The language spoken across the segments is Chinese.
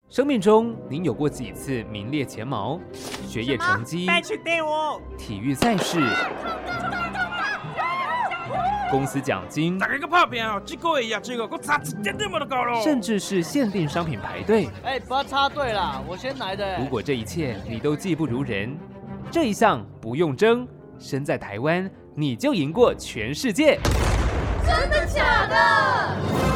生命中，您有过几次名列前茅？学业成绩、体育赛事、公司奖金，甚至是限定商品排队。 不要插队啦，我先来的。 如果这一切你都技不如人，这一项不用争，身在台湾你就赢过全世界。 真的假的？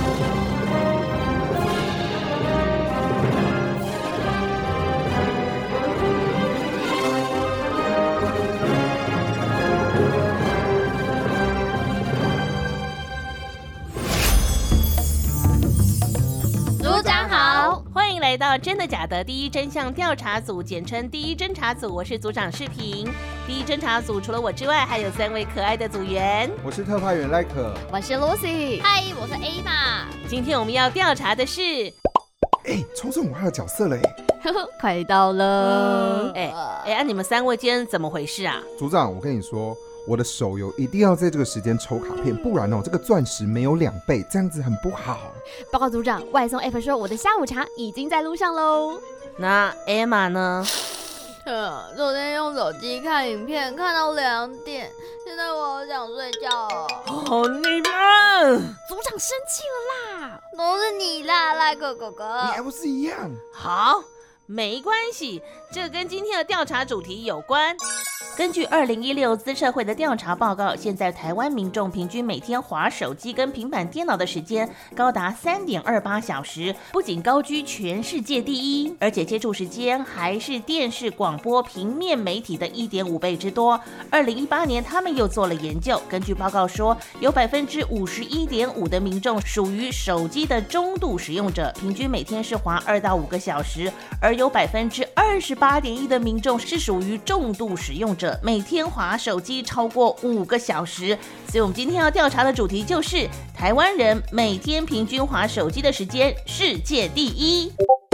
组长好， 欢迎来到真的假的第一真相调查组，简称第一侦查组。我是组长世平。第一侦查组除了我之外，还有3位可爱的组员。 我是特派员赖可， 我是 Lucy， 嗨，我是 Emma。 今天我们要调查的是， 抽中我还有角色了快到了。 你们3位今天怎么回事啊？ 组长，我跟你说，我的手游一定要在这个时间抽卡片，不然这个钻石没有2倍，这样子很不好。 报告组长，外送 App 说我的下午茶已经在路上喽。 那 Emma 呢？ 昨天用手机看影片看到2点，现在我好想睡觉哦。 你们组长生气了啦！都是你啦，赖可哥哥。 你还不是一样？ 好，没关系，这跟今天的调查主题有关。根据2016资社会的调查报告，现在台湾民众平均每天滑手机跟平板电脑的时间高达3.28小时，不仅高居全世界第一，而且接触时间还是电视、广播、平面媒体的1.5倍之多。2018年，他们又做了研究，根据报告说，有51.5%的民众属于手机的中度使用者，平均每天是滑2到5个小时，而有28.1%的民众是属于重度使用者，每天滑手机超过5个小时。所以我们今天要调查的主题就是台湾人每天平均滑手机的时间世界第一。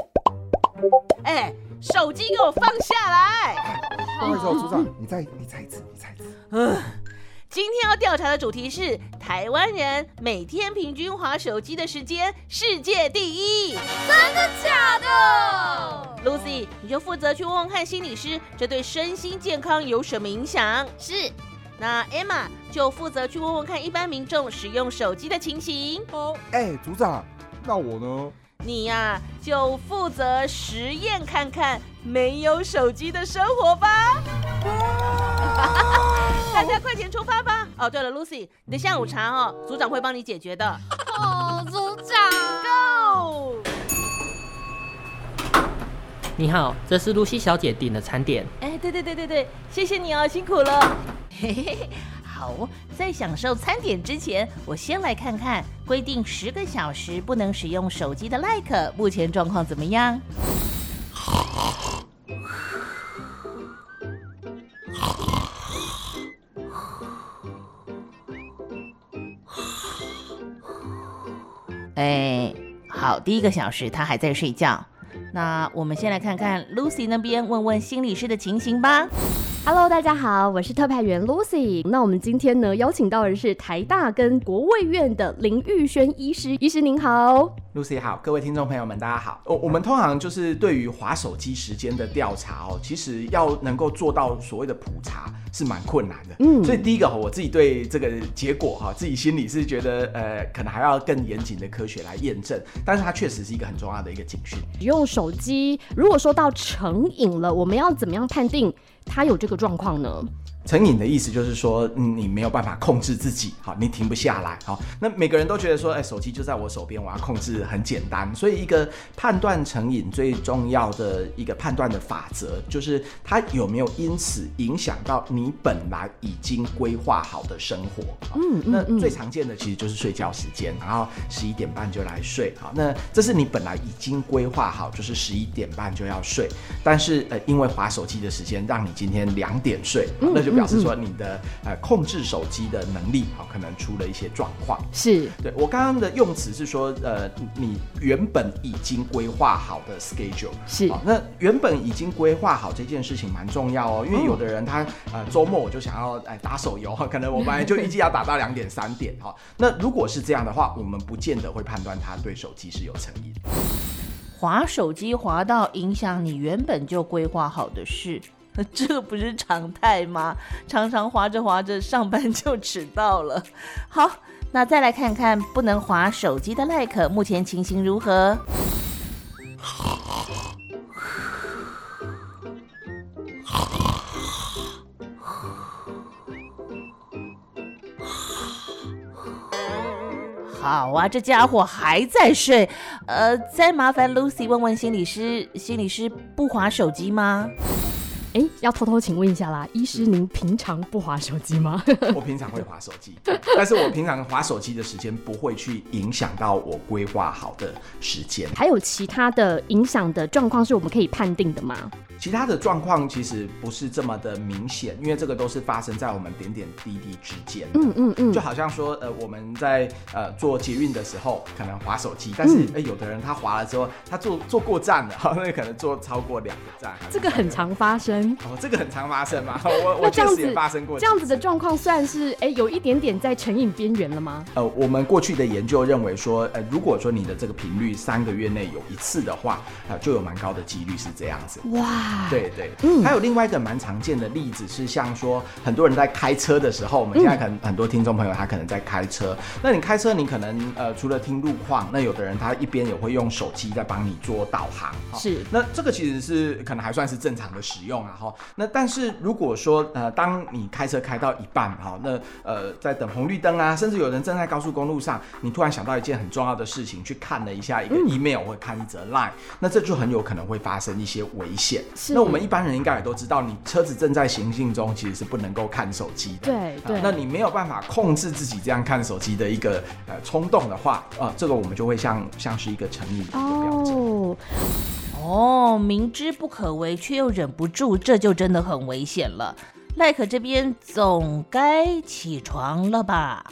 手机给我放下来！ 不好意思，组长，你再一次。 今天要调查的主题是台湾人每天平均滑手机的时间世界第一。 真的假的 ？Lucy， 你就负责去问问看心理师，这对身心健康有什么影响？ 是。 那 Emma 就负责去问问看一般民众使用手机的情形。 组长，那我呢？ 你呀，就负责实验看看没有手机的生活吧。大家快点出发吧！对了 ，Lucy， 你的下午茶组长会帮你解决的。 组长 ，Go！ 你好，这是露西小姐订的餐点。 对，谢谢你辛苦了。好，在享受餐点之前，我先来看看规定10个小时不能使用手机的赖可目前状况怎么样。好，第1个小时他还在睡觉。那我们先来看看 Lucy 那边，问问心理师的情形吧。 Hello， 大家好，我是特派员 Lucy。那我们今天呢，邀请到的是台大跟国卫院的林玉轩医师。医师您好。 Lucy 好，各位听众朋友们大家好。我们通常就是对于滑手机时间的调查其实要能够做到所谓的普查是蛮困难的。所以第一个我自己对这个结果自己心里是觉得可能还要更严谨的科学来验证，但是它确实是一个很重要的一个警讯。 用手机如果说到成瘾了，我们要怎么样判定它有这个状况呢？ 成瘾的意思就是说，你没有办法控制自己，你停不下来。那每个人都觉得说，手机就在我手边，我要控制很简单。所以一个判断成瘾最重要的一个判断的法则，就是它有没有因此影响到你本来已经规划好的生活。那最常见的其实就是睡觉时间，然后11点半就来睡。那这是你本来已经规划好，就是11点半就要睡，但是因为滑手机的时间让你今天2点睡，那就表示说你的控制手机的能力可能出了一些状况。 是， 对，我刚刚的用词是说你原本已经规划好的 schedule 是。 那原本已经规划好这件事情蛮重要因为有的人他周末我就想要打手游，可能我本来就预计要打到2点3点那如果是这样的话，我们不见得会判断他对手机是有成瘾。 滑手机滑到影响你原本就规划好的事，这不是常态吗？常常滑着滑着上班就迟到了。好，那再来看看不能滑手机的赖可目前情形如何？好啊，这家伙还在睡。再麻烦 Lucy 问问心理师，心理师不滑手机吗？ 要偷偷请问一下啦，医师您平常不滑手机吗？ 我平常会滑手机，但是我平常滑手机的时间不会去影响到我规划好的时间。 还有其他的影响的状况是我们可以判定的吗？ 其他的状况其实不是这么的明显，因为这个都是发生在我们点点滴滴之间。就好像说我们在坐捷运的时候可能滑手机，但是有的人他滑了之后，他坐过站了，那可能坐超过2个站。 这个很常发生。 这个很常发生吗？我确实也发生过。 这样子的状况算是有一点点在成瘾边缘了吗？ 我们过去的研究认为说，如果说你的这个频率3个月内有1次的话，就有蛮高的几率是这样子。 哇， 对，还有另外一个蛮常见的例子是，像说很多人在开车的时候，我们现在可能很多听众朋友他可能在开车，那你开车你可能除了听路况，那有的人他一边也会用手机在帮你做导航。 是， 那这个其实是可能还算是正常的使用啊。那但是如果说当你开车开到一半，那在等红绿灯啊，甚至有人正在高速公路上，你突然想到一件很重要的事情，去看了一下一个 email 或看一则 line， 那这就很有可能会发生一些危险。那我们一般人应该也都知道，你车子正在行进中，其实是不能够看手机的。 对， 那你没有办法控制自己这样看手机的一个冲动的话，这个我们就会像是一个成瘾的一个表征。 明知不可为却又忍不住，这就真的很危险了。赖可这边总该起床了吧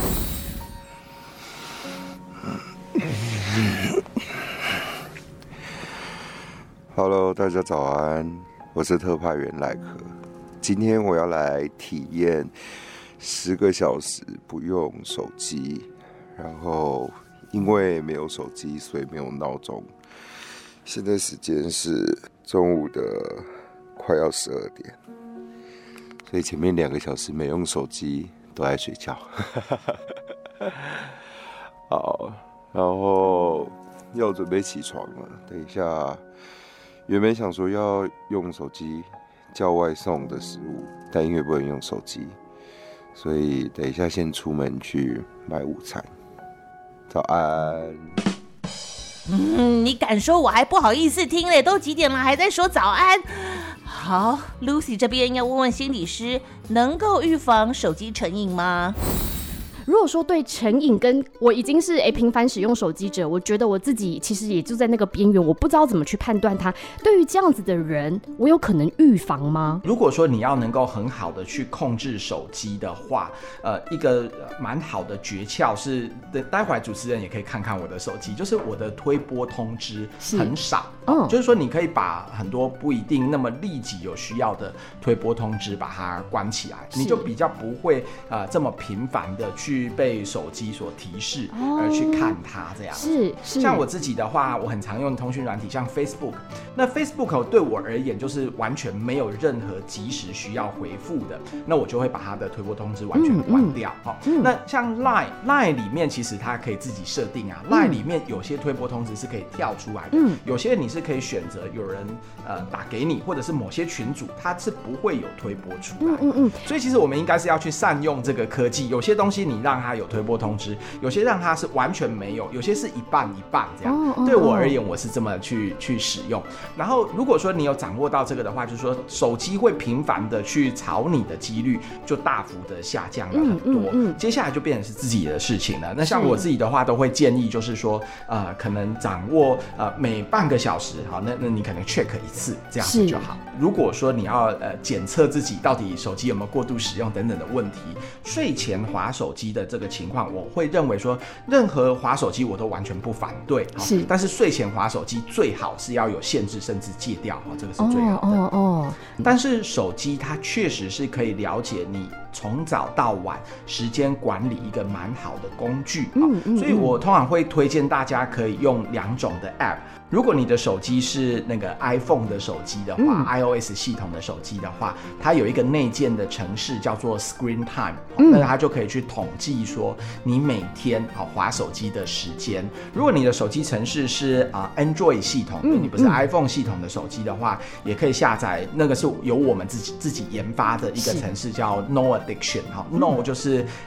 ？Hello， 大家早安，我是特派员赖可。今天我要来体验10个小时不用手机，然后因为没有手机，所以没有闹钟。现在时间是中午的快要12点，所以前面2个小时没用手机，都在睡觉。好，然后要准备起床了。等一下，原本想说要用手机叫外送的食物，但因为不能用手机，所以等一下先出门去买午餐。早安。 你敢说我还不好意思听嘞？都几点了还在说早安？好 ，Lucy 这边要问问心理师，能够预防手机成瘾吗？ 如果说对成瘾跟我已经是频繁使用手机者，我觉得我自己其实也就在那个边缘，我不知道怎么去判断它。对于这样子的人，我有可能预防吗？ 如果说你要能够很好的去控制手机的话，一个蛮好的诀窍是，待会主持人也可以看看我的手机，就是我的推播通知很少，就是说你可以把很多不一定那么立即有需要的推播通知把它关起来，你就比较不会这么频繁的去被手机所提示而去看它这样。 是像我自己的话，我很常用通讯软体，像 Facebook。那 Facebook 对我而言就是完全没有任何即时需要回复的，那我就会把它的推播通知完全关掉。那像 Line 里面其实它可以自己设定啊，Line 里面有些推播通知是可以跳出来的，有些你是可以选择有人打给你，或者是某些群组它是不会有推播出来。所以其实我们应该是要去善用这个科技，有些东西你让它有推播通知，有些让它是完全没有，有些是一半一半这样。对我而言，我是这么去使用。然后如果说你有掌握到这个的话，就是说手机会频繁的去吵你的几率就大幅的下降了很多。接下来就变成是自己的事情了。那像我自己的话，都会建议就是说，可能掌握每半个小时，好，那你可能 check 一次这样子就好。如果说你要检测自己到底手机有没有过度使用等等的问题，睡前滑手机的这个情况，我会认为说，任何滑手机我都完全不反对，但是睡前滑手机最好是要有限制，甚至戒掉，这个是最好的。但是手机它确实是可以了解你从早到晚时间管理一个蛮好的工具。所以我通常会推荐大家可以用2种的 App。如果你的手机是那个 iPhone 的手机的话，iOS 系统的手机的话，它有一个内建的程式叫做 Screen Time，那它就可以去统计说你每天滑手机的时间。如果你的手机程式是Android 系统，你不是 iPhone 系统的手机的话，也可以下载，那个是由我们自己研发的一个程式叫 No Addiction，No 就是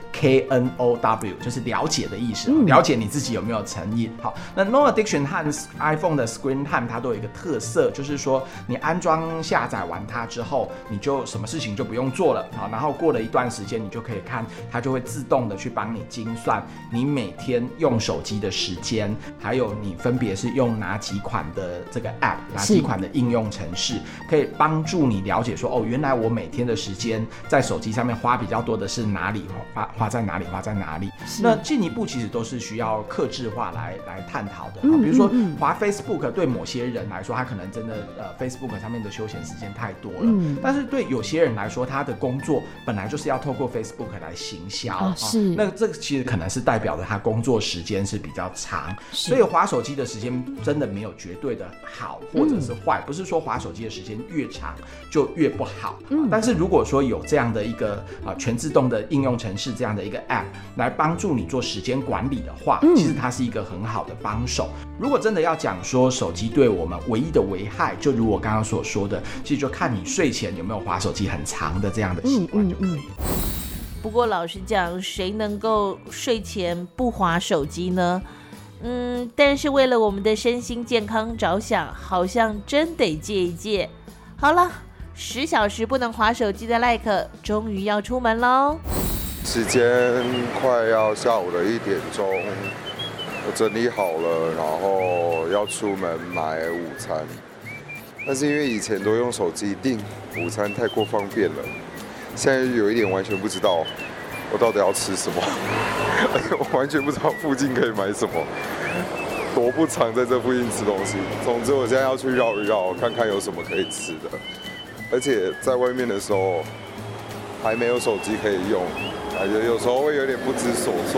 KNOW， 就是了解的意思，了解你自己有没有成瘾。好，那 No Addiction 和 iPhone的 Screen Time 它都有一个特色，就是说你安装下载完它之后，你就什么事情就不用做了，然后过了一段时间，你就可以看它就会自动的去帮你精算你每天用手机的时间，还有你分别是用哪几款的这个 App， 哪几款的应用程式，可以帮助你了解说原来我每天的时间在手机上面花比较多的是哪里，花在哪里，花在哪里。那进一步其实都是需要客制化来探讨的。比如说滑 Facebook 对某些人来说，他可能真的Facebook 上面的休闲时间太多了，但是对有些人来说，他的工作本来就是要透过 Facebook 来行销，那这个其实可能是代表着他工作时间是比较长，所以滑手机的时间真的没有绝对的好或者是坏，不是说滑手机的时间越长就越不好。但是如果说有这样的一个全自动的应用程式，这样的一个 App 来帮助你做时间管理的话，其实它是一个很好的帮手。如果真的要讲说手机对我们唯一的危害，就如我刚刚所说的，其实就看你睡前有没有滑手机很长的这样的习惯就可以。 不过老实讲，谁能够睡前不滑手机呢？但是为了我们的身心健康着想，好像真得戒一戒。好了，10小时不能滑手机的赖可终于要出门喽。 时间快要下午的1点钟，我整理好了，然后要出门买午餐。但是因为以前都用手机订午餐太过方便了，现在有一点完全不知道我到底要吃什么，我完全不知道附近可以买什么，我不常在这附近吃东西。总之我现在要去绕一绕，看看有什么可以吃的。而且在外面的时候还没有手机可以用，感觉有时候会有点不知所措。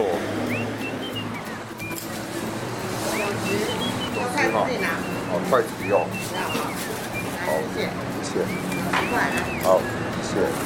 筷子自己拿。筷子不用。好，谢谢。好，谢谢。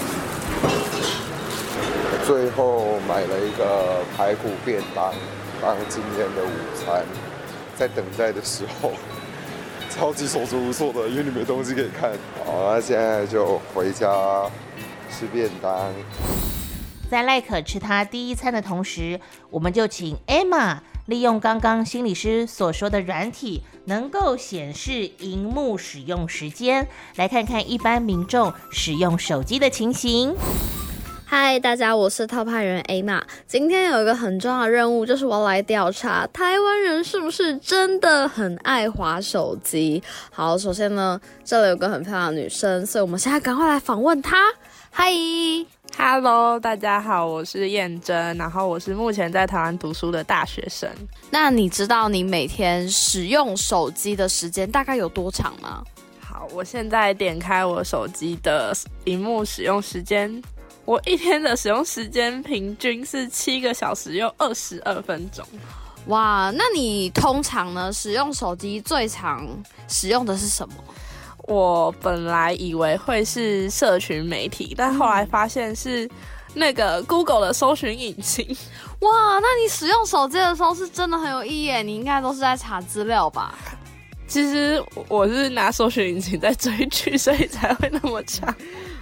最后买了一个排骨便当当今天的午餐，在等待的时候超级手足无措的，因为你没东西可以看。好，那现在就回家吃便当。 在赖可吃他第一餐的同时，我们就请 Emma 利用刚刚心理师所说的软体，能够显示荧幕使用时间，来看看一般民众使用手机的情形。 嗨，大家，我是特派员 Emma。今天有一个很重要的任务，就是我要来调查台湾人是不是真的很爱滑手机。好，首先呢，这里有个很漂亮的女生，所以我们现在赶快来访问她。嗨 ，Hello， 大家好，我是燕珍，然后我是目前在台湾读书的大学生。 那你知道你每天使用手机的时间大概有多长吗？ 好，我现在点开我手机的荧幕使用时间。我一天的使用时间平均是7个小时又22分钟。 哇，那你通常呢使用手机最常使用的是什么？ 我本来以为会是社群媒体，但后来发现是那个 Google 的搜寻引擎。 哇，那你使用手机的时候是真的很有意义耶，你应该都是在查资料吧？ 其实我是拿搜寻引擎在追剧，所以才会那么长。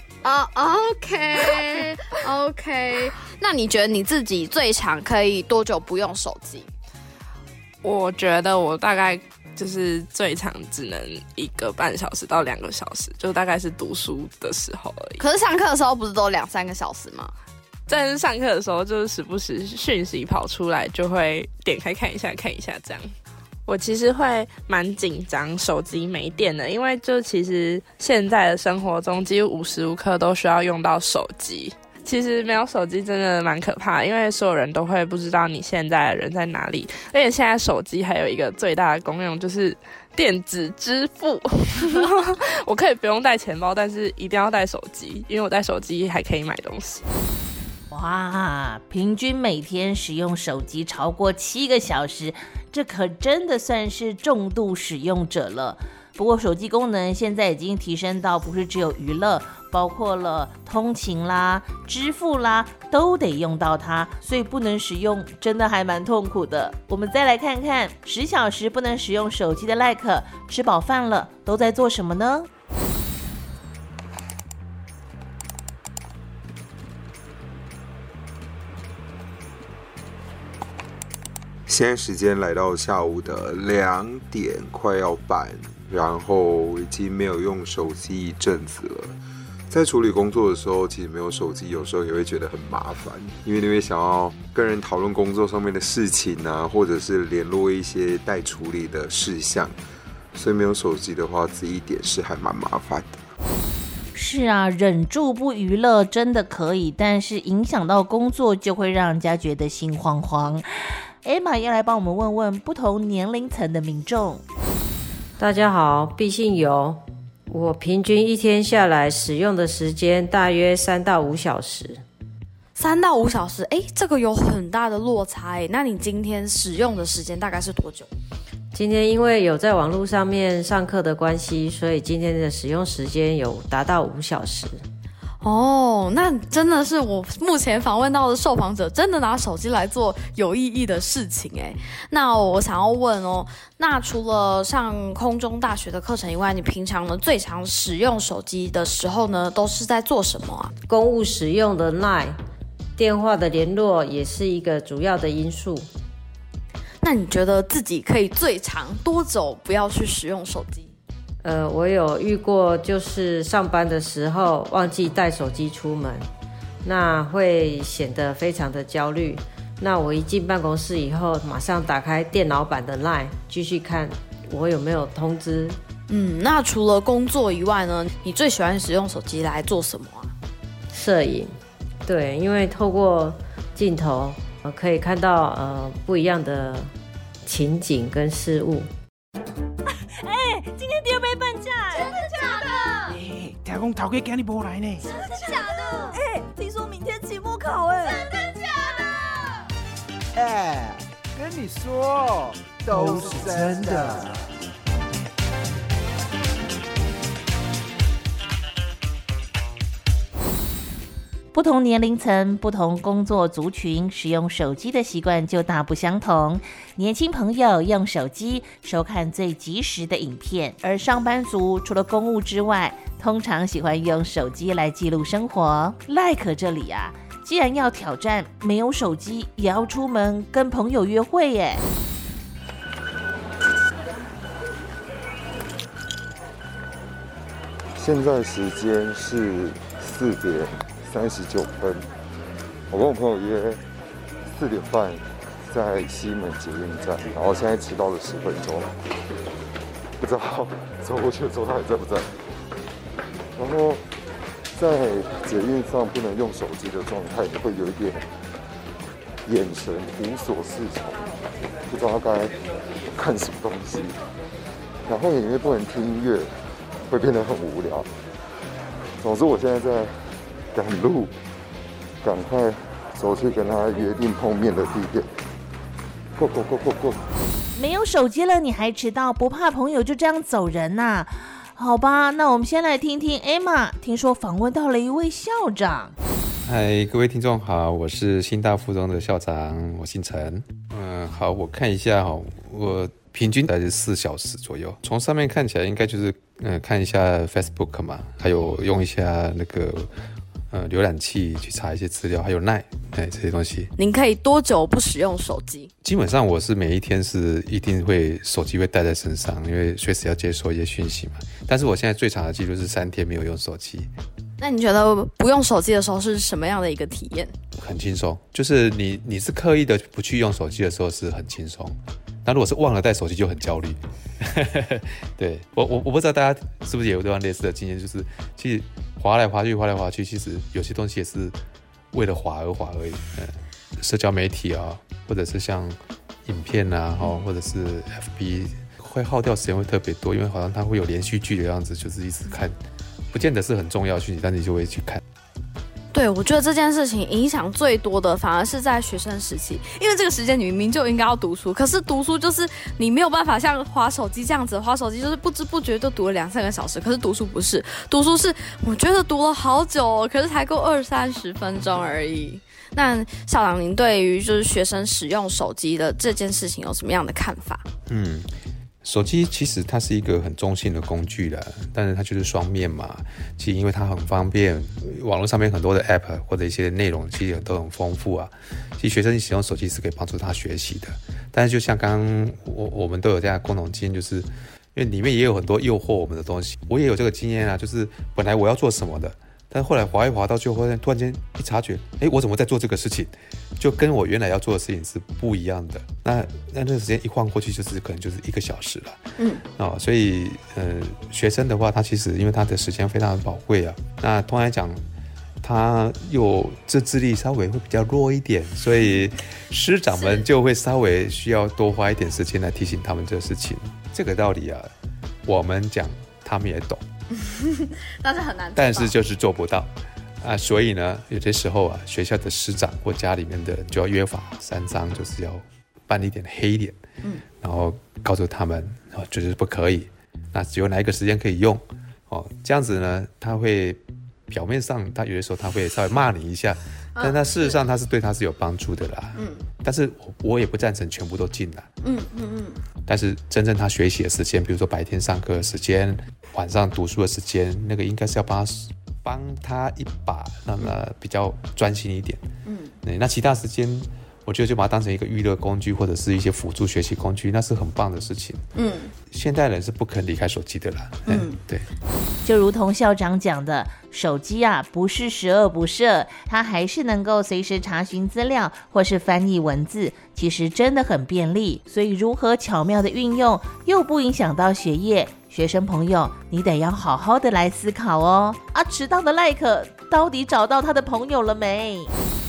OK， 那你觉得你自己最长可以多久不用手机？ 我觉得我大概就是最长只能1个半小时到2个小时，就大概是读书的时候而已。 可是上课的时候不是都2-3个小时吗？ 但是上课的时候就是时不时讯息跑出来，就会点开看一下这样。我其实会蛮紧张手机没电的，因为就其实现在的生活中几乎无时无刻都需要用到手机。其实没有手机真的蛮可怕的，因为所有人都会不知道你现在的人在哪里。而且现在手机还有一个最大的功用就是电子支付我可以不用带钱包，但是一定要带手机，因为我带手机还可以买东西。 哇，平均每天使用手机超过7个小时，这可真的算是重度使用者了。不过手机功能现在已经提升到不是只有娱乐，包括了通勤啦、支付啦，都得用到它，所以不能使用真的还蛮痛苦的。我们再来看看10小时不能使用手机的赖可，吃饱饭了都在做什么呢？ 现在时间来到下午的2点，快要半，然后已经没有用手机一阵子了。在处理工作的时候，其实没有手机，有时候也会觉得很麻烦，因为你会想要跟人讨论工作上面的事情啊，或者是联络一些待处理的事项，所以没有手机的话，这一点是还蛮麻烦的。 是啊，忍住不娱乐真的可以，但是影响到工作就会让人家觉得心慌慌。Emma 要来帮我们问问不同年龄层的民众。 大家好，毕姓游，我平均一天下来使用的时间大约3到5小时。 3到5小时，这个有很大的落差那你今天使用的时间大概是多久？ 今天因为有在网络上面上课的关系，所以今天的使用时间有达到5小时。 哦，那真的是我目前访问到的受访者真的拿手机来做有意义的事情那我想要问那除了上空中大学的课程以外，你平常呢最常使用手机的时候呢都是在做什么啊？ 公务使用的 LINE 电话的联络也是一个主要的因素。 那你觉得自己可以最长多久不要去使用手机？ 我有遇过，就是上班的时候忘记带手机出门，那会显得非常的焦虑。那我一进办公室以后，马上打开电脑版的 LINE， 继续看我有没有通知。 那除了工作以外呢，你最喜欢使用手机来做什么啊？ 摄影，对，因为透过镜头，可以看到不一样的情景跟事物。 今天第2杯半价真的假的？ 听讲头家今日没来呢。 真的假的？ 听说明天期末考真的假的？ 跟你说都是真的。 不同年龄层、不同工作族群使用手机的习惯就大不相同。年轻朋友用手机收看最及时的影片，而上班族除了公务之外，通常喜欢用手机来记录生活。赖可这里啊，既然要挑战没有手机也要出门跟朋友约会耶。 现在时间是4点39分，我跟我朋友约4点半在西门捷运站，然后现在迟到了10分钟，不知道走过去的时候他还在不在。然后在捷运上不能用手机的状态，你会有一点眼神无所适从，不知道该看什么东西，然后也因为不能听音乐，会变得很无聊。总之，我现在在赶路，赶快走去跟他约定碰面的地点。Go！ 没有手机了，你还迟到，不怕朋友就这样走人呐？好吧，那我们先来听听 Emma， 听说访问到了一位校长。 嗨，各位听众好，我是新大附中的校长，我姓陈。好，我看一下我平均大概是4小时左右。从上面看起来应该就是看一下 Facebook 嘛，还有用一下那个浏览器去查一些资料，还有 LINE 这些东西。 您可以多久不使用手机？ 基本上我是每一天是一定会手机会带在身上，因为随时要接收一些讯息嘛。但是我现在最长的记录是3天没有用手机。 那你觉得不用手机的时候是什么样的一个体验？ 很轻松，就是你是刻意的不去用手机的时候是很轻松，那如果是忘了带手机就很焦虑。对，我不知道大家是不是也有这样类似的经验，就是其实滑来滑去，其实有些东西也是为了滑而滑而已。社交媒体啊，或者是像影片啊，或者是 FB， 会耗掉时间会特别多，因为好像它会有连续剧的样子，就是一直看，不见得是很重要的讯息，但是你就会去看。 对，我觉得这件事情影响最多的反而是在学生时期，因为这个时间你明明就应该要读书，可是读书就是你没有办法像滑手机这样子，滑手机就是不知不觉就读了2-3个小时，可是读书不是，读书是我觉得读了好久哦，可是才够20-30分钟而已。那校长，您对于就是学生使用手机的这件事情有什么样的看法？ 手机其实它是一个很中性的工具啦，但是它就是双面嘛。其实因为它很方便，网络上面很多的 app 或者一些内容其实都很丰富啊。其实学生使用手机是可以帮助他学习的，但是就像刚刚我们都有这样的共同经验，就是因为里面也有很多诱惑我们的东西。我也有这个经验啊，就是本来我要做什么的，但后来滑一滑到最后，突然间一察觉，我怎么在做这个事情？就跟我原来要做的事情是不一样的。那个时间一晃过去，可能就是1个小时了。所以学生的话，他其实因为他的时间非常的宝贵啊。那通常来讲，他有自制力稍微会比较弱一点，所以师长们就会稍微需要多花一点时间来提醒他们这个事情。这个道理啊，我们讲他们也懂。 但是很难做到， 但是就是做不到啊，所以呢，有些时候啊，学校的师长或家里面的人就要约法3章，就是要办一点黑脸，然后告诉他们就是不可以，那只有哪一个时间可以用这样子呢，他会表面上他有的时候他会稍微骂你一下，但他事实上他是对他是有帮助的啦。但是我也不赞成全部都禁啦。但是真正他学习的时间，比如说白天上课的时间，晚上读书的时间，那个应该是要帮他一把，让他比较专心一点。那其他时间，我觉得就把它当成一个娱乐工具，或者是一些辅助学习工具，那是很棒的事情。现代人是不肯离开手机的啦。对。 就如同校长讲的，手机啊不是十恶不赦，它还是能够随时查询资料或是翻译文字，其实真的很便利。所以如何巧妙的运用，又不影响到学业，学生朋友你得要好好的来思考哦。迟到的赖可到底找到他的朋友了没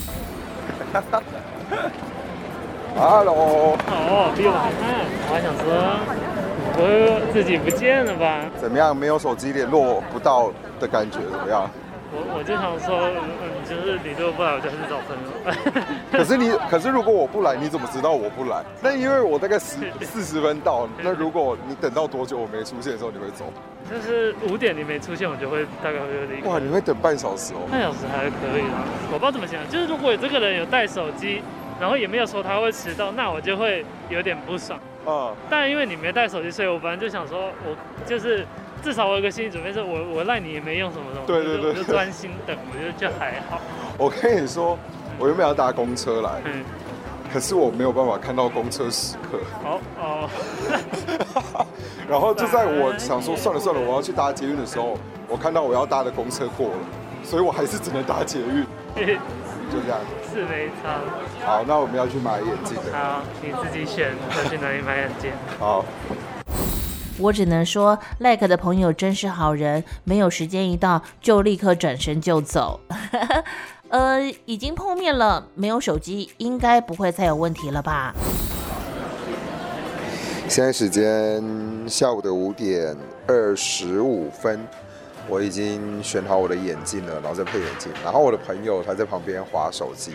？Hello。 比我还慢，我还想说。不会自己不见了吧？ 怎么样？没有手机联络不到的感觉怎么样？ 我就想说，就是你如果不来，我就去找朋友。可是如果我不来，你怎么知道我不来？那因为我大概40分到，那如果你等到多久我没出现的时候，你会走？ 就是5点你没出现，我就会大概会离开。 哇，你会等半小时哦？ 半小时还可以啦，我不知道怎么想，就是如果这个人有带手机，然后也没有说他会迟到，那我就会有点不爽。但因为你没带手机，所以我本来就想说，我就是至少我有个心理准备，是我赖你也没用什么东西，对，我就专心等，我觉得就还好。 我跟你说，我原本要搭公车来，可是我没有办法看到公车时刻。然后就在我想说算了，我要去搭捷运的时候，我看到我要搭的公车过了，所以我还是只能搭捷运。就这样， 是没差。 好，那我们要去买眼镜了。 好，你自己选要去哪里买眼镜。 好。 我只能说，赖可的朋友真是好人，没有时间一到就立刻转身就走。已经碰面了，没有手机，应该不会再有问题了吧？ 现在时间下午的5点25分。我已经选好我的眼镜了，然后再配眼镜。然后我的朋友他在旁边滑手机。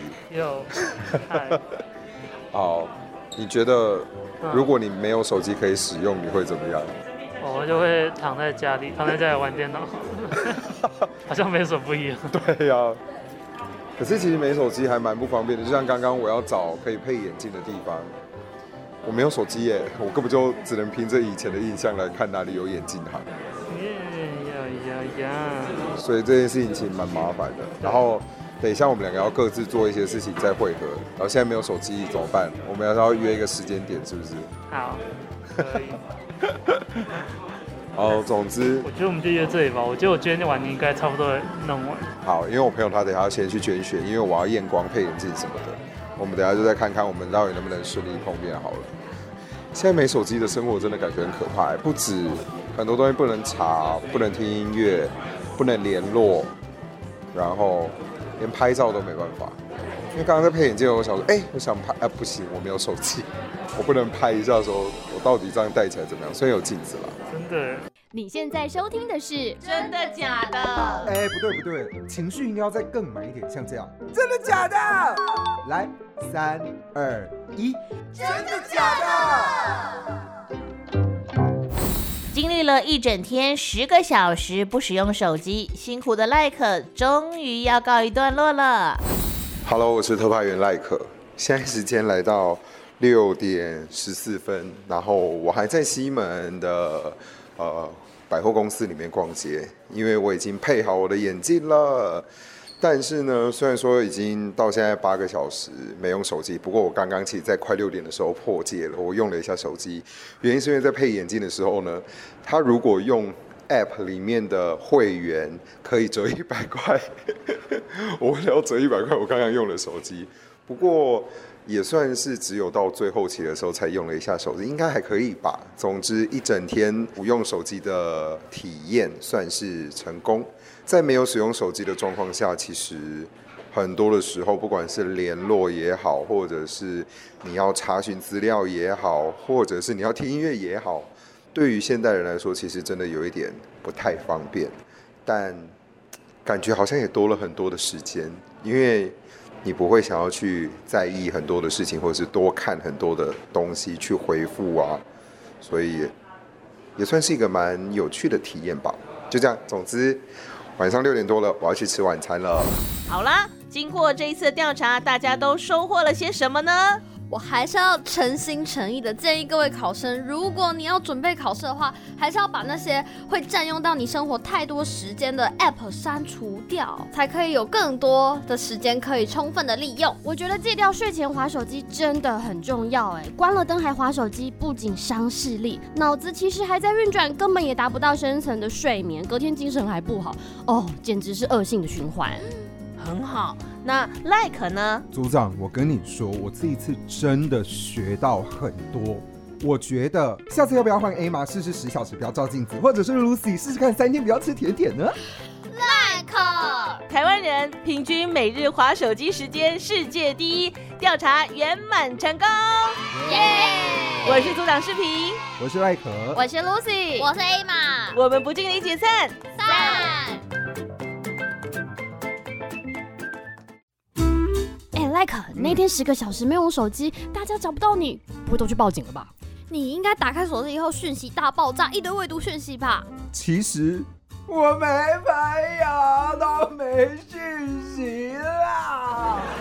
好，你觉得如果你没有手机可以使用，你会怎么样？ 我就会躺在家里玩电脑，好像没什么不一样。 对呀。可是其实没手机还蛮不方便的，就像刚刚我要找可以配眼镜的地方，我没有手机耶，我根本就只能凭着以前的印象来看哪里有眼镜行。所以这件事情其实蛮麻烦的。然后等一下我们2个要各自做一些事情再汇合。然后现在没有手机怎么办？我们要约一个时间点，是不是？ 好，可以。 好，总之我觉得我们就约这里吧。我觉得我今天晚你应该差不多弄完。 好，因为我朋友他等一下要先去捐血，因为我要验光配眼镜什么的。我们等一下就再看看我们到底能不能顺利碰面好了。现在没手机的生活真的感觉很可怕，不止很多东西不能查，不能听音乐，不能联络，然后连拍照都没办法。因为刚刚在配眼镜，我想说，我想拍，不行，我没有手机，我不能拍一下说我到底这样戴起来怎么样？虽然有镜子啦。 真的。 你现在收听的是真的假的？ 哎，不对，情绪应该要再更满一点，像这样，真的假的？来，3、2、1， 真的假的？ 经历了一整天10个小时不使用手机，辛苦的赖可终于要告一段落了。 Hello， 我是特派员赖可，现在时间来到6点14分，然后我还在西门的百货公司里面逛街，因为我已经配好我的眼镜了。但是呢，虽然说已经到现在8个小时没用手机，不过我刚刚其实在快6点的时候破戒了，我用了一下手机，原因是因为在配眼镜的时候呢，它如果用 App 里面的会员可以折100块，我为了要折100块，我刚刚用了手机，不过也算是只有到最后期的时候才用了一下手机，应该还可以吧。总之一整天不用手机的体验算是成功。在没有使用手机的状况下，其实很多的时候，不管是联络也好，或者是你要查询资料也好，或者是你要听音乐也好，对于现代人来说，其实真的有一点不太方便。但感觉好像也多了很多的时间，因为你不会想要去在意很多的事情，或者是多看很多的东西去回复啊，所以也算是一个蛮有趣的体验吧。就这样，总之晚上6点多了，我要去吃晚餐了。 好啦，经过这一次的调查，大家都收获了些什么呢？ 我还是要诚心诚意的建议各位考生，如果你要准备考试的话，还是要把那些会占用到你生活太多时间的 App 删除掉，才可以有更多的时间可以充分的利用。 我觉得戒掉睡前滑手机真的很重要关了灯还滑手机，不仅伤视力，脑子其实还在运转，根本也达不到深层的睡眠，隔天精神还不好简直是恶性的循环。 很好，那赖可呢？ 组长，我跟你说，我这一次真的学到很多。我觉得下次要不要换 A 玛试试10小时不要照镜子，或者是 Lucy 试试看3天不要吃甜点呢？ 赖可，台湾人平均每日滑手机时间世界第1，调查圆满成功，耶！我是组长视频， 我是赖可， 我是 Lucy， 我是 A 玛，我们不敬礼解散，3。 赖可，那天10个小时没有手机，大家找不到你，不会都去报警了吧？ 你应该打开手机以后讯息大爆炸，一堆未读讯息吧？ 其实我没朋友，都没讯息啦。